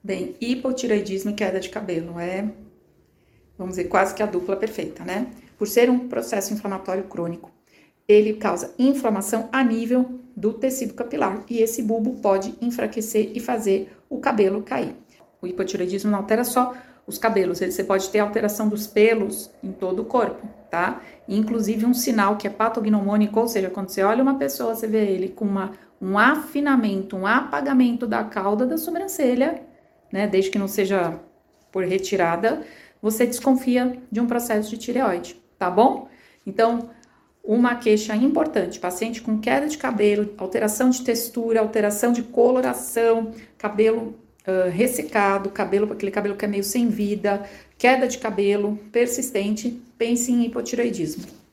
Bem, hipotireoidismo e queda de cabelo vamos dizer, quase que a dupla perfeita, né? Por ser um processo inflamatório crônico, ele causa inflamação a nível do tecido capilar e esse bulbo pode enfraquecer e fazer o cabelo cair. O hipotireoidismo não altera só os cabelos, você pode ter alteração dos pelos em todo o corpo, tá? Inclusive um sinal que é patognomônico, ou seja, quando você olha uma pessoa, você vê ele com um afinamento, um apagamento da cauda da sobrancelha, né? Desde que não seja por retirada, você desconfia de um processo de tireoide, tá bom? Então, uma queixa importante, paciente com queda de cabelo, alteração de textura, alteração de coloração, cabelo ressecado, aquele cabelo que é meio sem vida, queda de cabelo persistente, pense em hipotireoidismo.